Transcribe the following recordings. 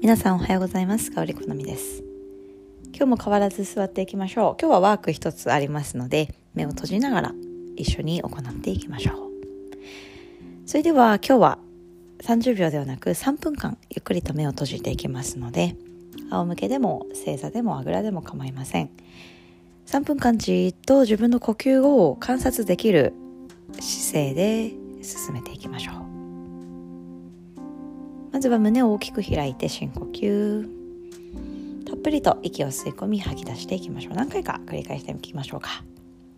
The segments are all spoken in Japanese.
皆さんおはようございます。香りこのみです。今日も変わらず座っていきましょう。今日はワーク一つありますので、目を閉じながら一緒に行っていきましょう。それでは今日は30秒ではなく3分間ゆっくりと目を閉じていきますので、仰向けでも正座でもあぐらでも構いません。3分間じっと自分の呼吸を観察できる姿勢で進めていきましょう。まずは胸を大きく開いて深呼吸。たっぷりと息を吸い込み吐き出していきましょう。何回か繰り返していきましょうか。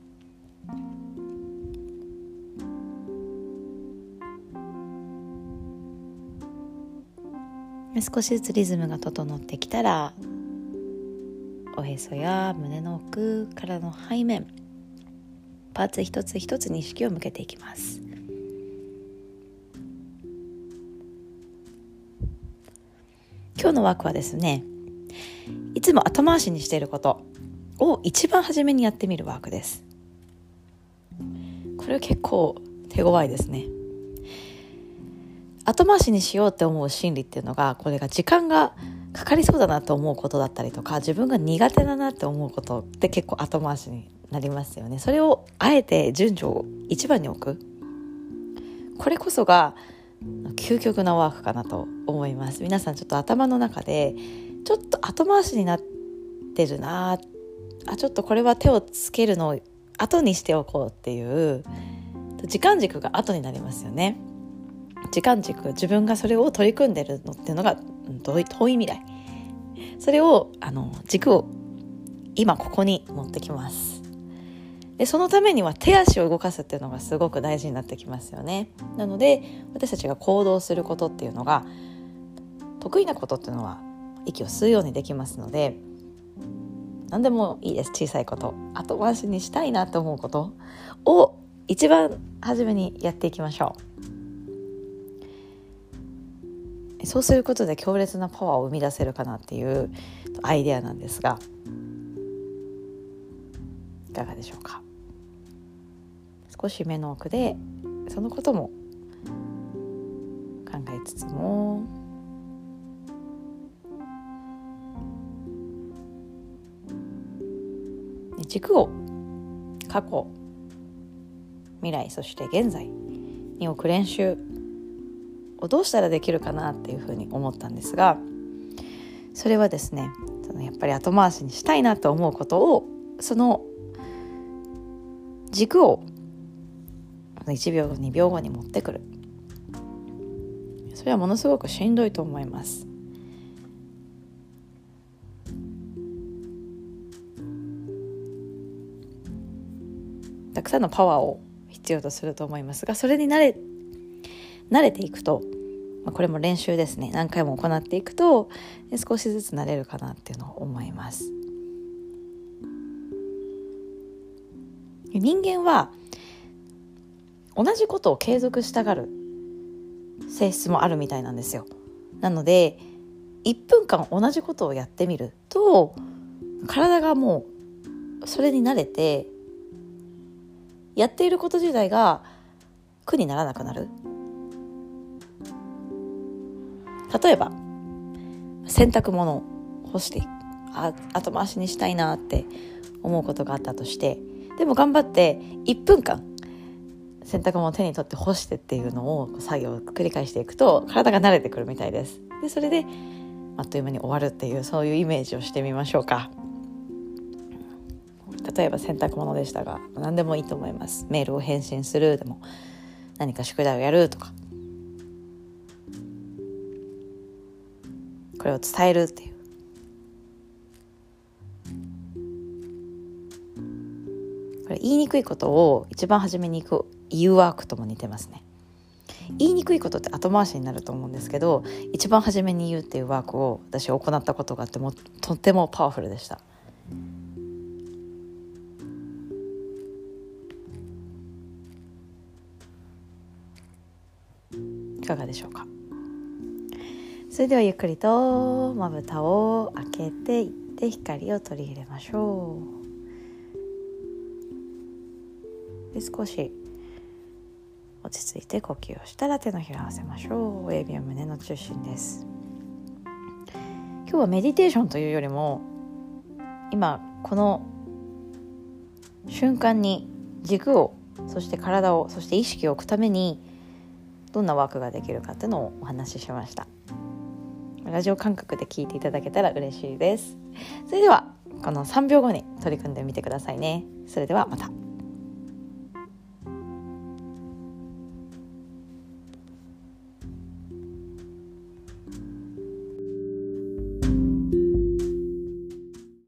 少しずつリズムが整ってきたら、おへそや胸の奥、体の背面、パーツ一つ一つに意識を向けていきます。今日のワークはですね、いつも後回しにしていることを一番初めにやってみるワークです。これは結構手強いですね。後回しにしようって思う心理っていうのが、これが時間がかかりそうだなと思うことだったりとか、自分が苦手だなって思うことって結構後回しになりますよね。それをあえて順序を一番に置く、これこそが究極なワークかなと思います。皆さんちょっと頭の中でちょっと後回しになってるな、ちょっとこれは手をつけるのを後にしておこうっていう時間軸が後になりますよね。時間軸、自分がそれを取り組んでるのっていうのが遠い未来、それを軸を今ここに持ってきます。でそのためには手足を動かすっていうのがすごく大事になってきますよね。なので私たちが行動することっていうのが、得意なことっていうのは息を吸うようにできますので、何でもいいです。小さいこと、後回しにしたいなと思うことを一番初めにやっていきましょう。そうすることで強烈なパワーを生み出せるかなっていうアイデアなんですが、いかがでしょうか。少し目の奥でそのことも考えつつも、軸を過去、未来、そして現在に置く練習をどうしたらできるかなっていうふうに思ったんですが、それはですね、やっぱり後回しにしたいなと思うことを、その軸を1秒後2秒後に持ってくる。それはものすごくしんどいと思います。たくさんのパワーを必要とすると思いますが、それに慣れていくと、これも練習ですね。何回も行っていくと少しずつ慣れるかなっていうのを思います。人間は同じことを継続したがる性質もあるみたいなんですよ。なので1分間同じことをやってみると、体がもうそれに慣れて、やっていること自体が苦にならなくなる。例えば洗濯物を干して後回しにしたいなって思うことがあったとして、でも頑張って1分間洗濯物を手に取って干してっていうのを作業を繰り返していくと、体が慣れてくるみたいです。でそれであっという間に終わるっていう、そういうイメージをしてみましょうか。例えば洗濯物でしたが、何でもいいと思います。メールを返信するでも、何か宿題をやるとか、これを伝えるっていう、これ言いにくいことを一番初めに言うワークとも似てますね。言いにくいことって後回しになると思うんですけど、一番初めに言うっていうワークを私は行ったことがあって、とってもパワフルでした。いかがでしょうか。それではゆっくりとまぶたを開けていって光を取り入れましょう。で少し落ち着いて呼吸をしたら手のひらを合わせましょう。親指は胸の中心です。 今日はメディテーションというよりも、今この瞬間に軸を、そして体を、そして意識を置くためにどんなワークができるかっていうのをお話ししました。ラジオ感覚で聞いていただけたら嬉しいです。それではこの3秒後に取り組んでみてくださいね。それではまた。